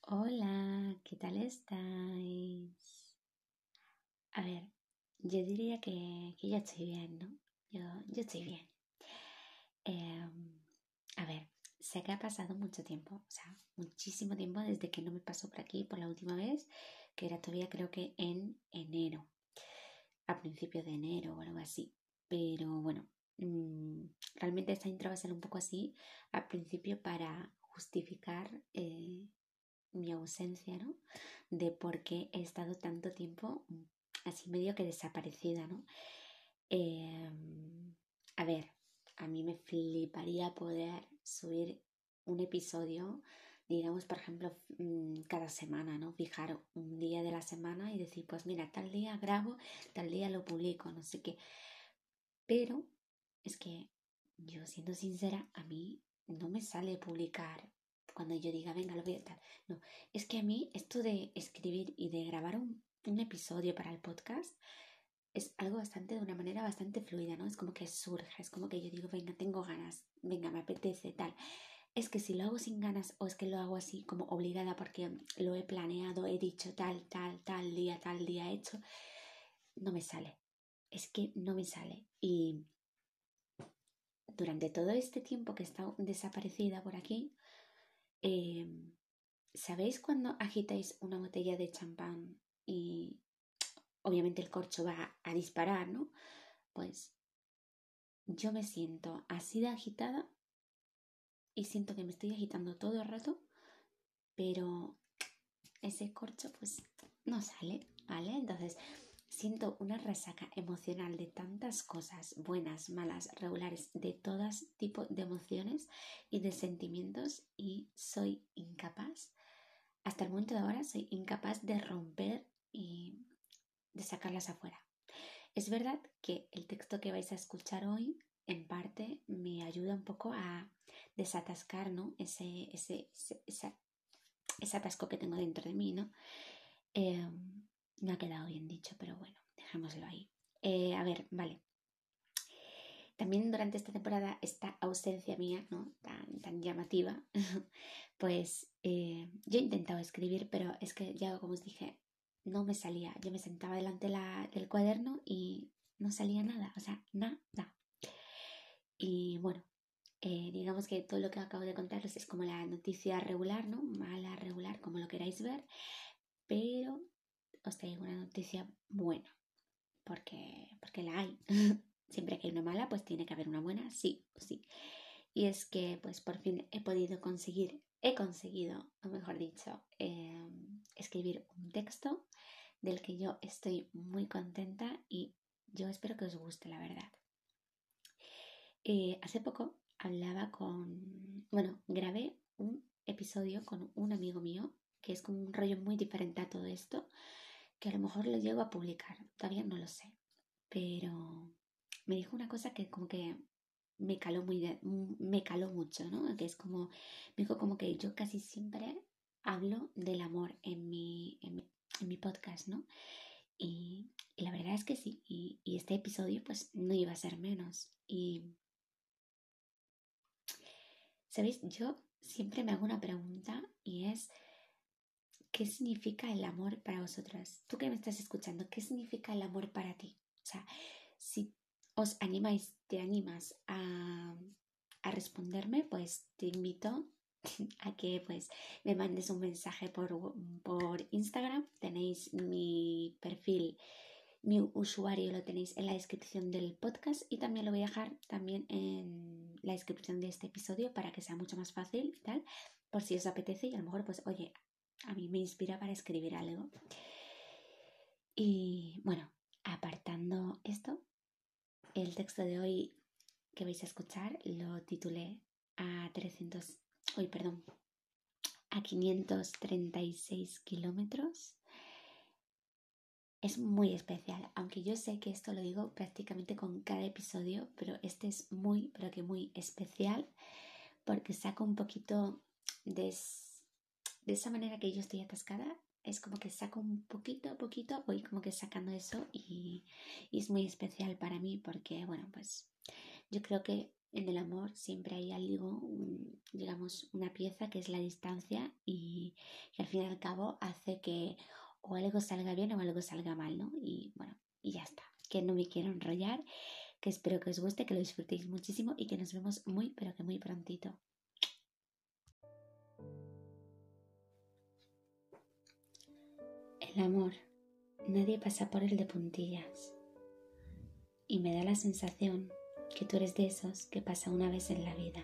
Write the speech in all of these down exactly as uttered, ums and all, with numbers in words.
Hola, ¿qué tal estáis? A ver, yo diría que, que yo estoy bien, ¿no? Yo, yo estoy bien. Em, a ver, sé que ha pasado mucho tiempo, o sea, muchísimo tiempo desde que no me pasó por aquí por la última vez, que era todavía creo que en enero, a principios de enero o algo así. Pero bueno, mm, realmente esta intro va a ser un poco así al principio para justificar eh, mi ausencia, ¿no? De por qué he estado tanto tiempo mm, así medio que desaparecida, ¿no? Eh, a ver, a mí me fliparía poder subir un episodio, digamos, por ejemplo, mm, cada semana, ¿no? Fijar un día de la semana y decir, pues mira, tal día grabo, tal día lo publico, no sé qué. Pero es que yo, siendo sincera, a mí no me sale publicar cuando yo diga, venga, lo voy a tal. No, es que a mí esto de escribir y de grabar un, un episodio para el podcast es algo bastante, de una manera bastante fluida, ¿no? Es como que surge, es como que yo digo, venga, tengo ganas, venga, me apetece, tal. Es que si lo hago sin ganas o es que lo hago así como obligada porque lo he planeado, he dicho tal, tal, tal día, tal día hecho, no me sale. Es que no me sale. Y durante todo este tiempo que he estado desaparecida por aquí, eh, ¿sabéis cuando agitáis una botella de champán y obviamente el corcho va a disparar, ¿no? Pues yo me siento así de agitada y siento que me estoy agitando todo el rato, pero ese corcho pues no sale, ¿vale? Entonces siento una resaca emocional de tantas cosas, buenas, malas, regulares, de todas tipo de emociones y de sentimientos, y soy incapaz, hasta el momento de ahora, soy incapaz de romper y de sacarlas afuera. Es verdad que el texto que vais a escuchar hoy, en parte, me ayuda un poco a desatascar, ¿no? Ese, ese, ese, esa, ese atasco que tengo dentro de mí, ¿no? Eh, no ha quedado bien dicho, pero bueno, dejémoslo ahí. Eh, a ver, vale. También durante esta temporada, esta ausencia mía, ¿no? Tan, tan llamativa, pues eh, yo he intentado escribir, pero es que ya, como os dije, no me salía. Yo me sentaba delante la, del cuaderno y no salía nada, o sea, nada. Y bueno, eh, digamos que todo lo que acabo de contaros es como la noticia regular, ¿no? Mala, regular, como lo queráis ver, pero os traigo una noticia buena, porque, porque la hay. Siempre que hay una mala, pues tiene que haber una buena, sí o sí. Y es que, pues por fin he podido conseguir, he conseguido, o mejor dicho, eh, escribir un texto del que yo estoy muy contenta y yo espero que os guste, la verdad. Eh, hace poco hablaba con, bueno, grabé un episodio con un amigo mío que es como un rollo muy diferente a todo esto, que a lo mejor lo llego a publicar, todavía no lo sé, pero me dijo una cosa que como que me caló muy de, me caló mucho, ¿no? Que es como, me dijo como que yo casi siempre hablo del amor en mi, en mi, en mi podcast, ¿no? Y, y la verdad es que sí, y, y este episodio pues no iba a ser menos. Y, ¿sabéis? Yo siempre me hago una pregunta y es, ¿qué significa el amor para vosotras? Tú que me estás escuchando, ¿qué significa el amor para ti? O sea, si os animáis, te animas a, a responderme, pues te invito a que pues me mandes un mensaje por, por Instagram. Tenéis mi perfil, mi usuario lo tenéis en la descripción del podcast y también lo voy a dejar también en la descripción de este episodio para que sea mucho más fácil y tal, por si os apetece y a lo mejor pues oye, a mí me inspira para escribir algo. Y bueno, apartando esto, el texto de hoy que vais a escuchar lo titulé a trescientos, hoy perdón, a quinientos treinta y seis kilómetros. Es muy especial, aunque yo sé que esto lo digo prácticamente con cada episodio, pero este es muy, pero que muy especial porque saco un poquito de, de esa manera que yo estoy atascada. Es como que saco un poquito a poquito, voy como que sacando eso y, y es muy especial para mí porque, bueno, pues yo creo que En el amor siempre hay algo, un- digamos, una pieza que es la distancia y que al fin y al cabo hace que o algo salga bien o algo salga mal, ¿no? Y bueno, y ya está. Que no me quiero enrollar, que espero que os guste, que lo disfrutéis muchísimo y que nos vemos muy, pero que muy prontito. El amor, nadie pasa por él de puntillas. Y me da la sensación que tú eres de esos que pasa una vez en la vida.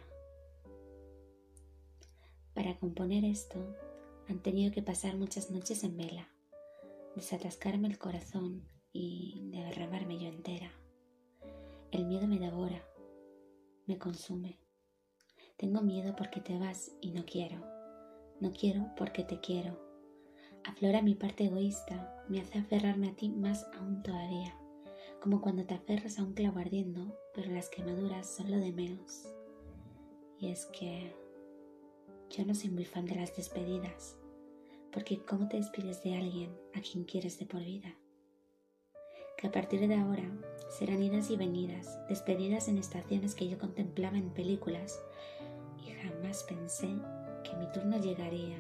Para componer esto, han tenido que pasar muchas noches en vela, desatascarme el corazón y derramarme yo entera. El miedo me devora, me consume. Tengo miedo porque te vas y no quiero. No quiero porque te quiero. Aflora mi parte egoísta, me hace aferrarme a ti más aún todavía, como cuando te aferras a un clavo ardiendo, pero las quemaduras son lo de menos. Y es que yo no soy muy fan de las despedidas, porque ¿cómo te despides de alguien a quien quieres de por vida? Que a partir de ahora serán idas y venidas, despedidas en estaciones que yo contemplaba en películas y jamás pensé que mi turno llegaría.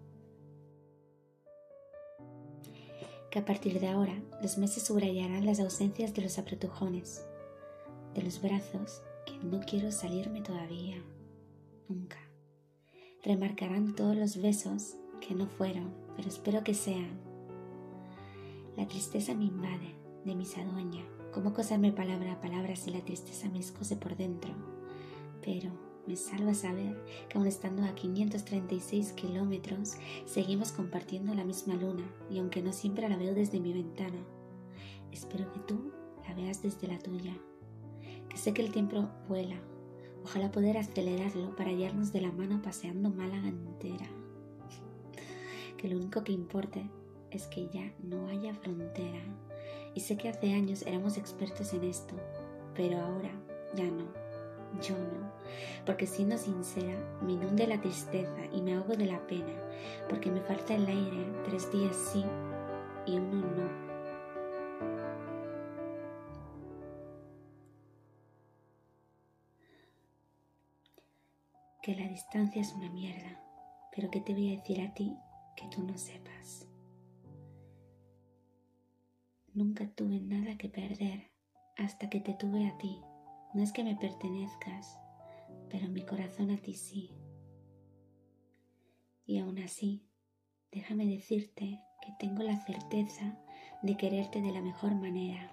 Que a partir de ahora los meses subrayarán las ausencias de los apretujones, de los brazos que no quiero salirme todavía, nunca. Remarcarán todos los besos que no fueron, pero espero que sean. La tristeza me invade, de mis adueña, cómo cosarme palabra a palabra si la tristeza me escose por dentro. Pero me salva saber que aun estando a quinientos treinta y seis kilómetros, seguimos compartiendo la misma luna y aunque no siempre la veo desde mi ventana, espero que tú la veas desde la tuya. Que sé que el tiempo vuela, ojalá poder acelerarlo para hallarnos de la mano paseando Málaga entera. Que lo único que importe es que ya no haya frontera. Y sé que hace años éramos expertos en esto, pero ahora ya no, yo no. Porque siendo sincera, me inunde la tristeza y me ahogo de la pena, porque me falta el aire tres días sí y uno no. Que la distancia es una mierda, pero ¿qué te voy a decir a ti que tú no sepas? Nunca tuve nada que perder hasta que te tuve a ti. No es que me pertenezcas, pero mi corazón a ti sí. Y aún así, déjame decirte que tengo la certeza de quererte de la mejor manera.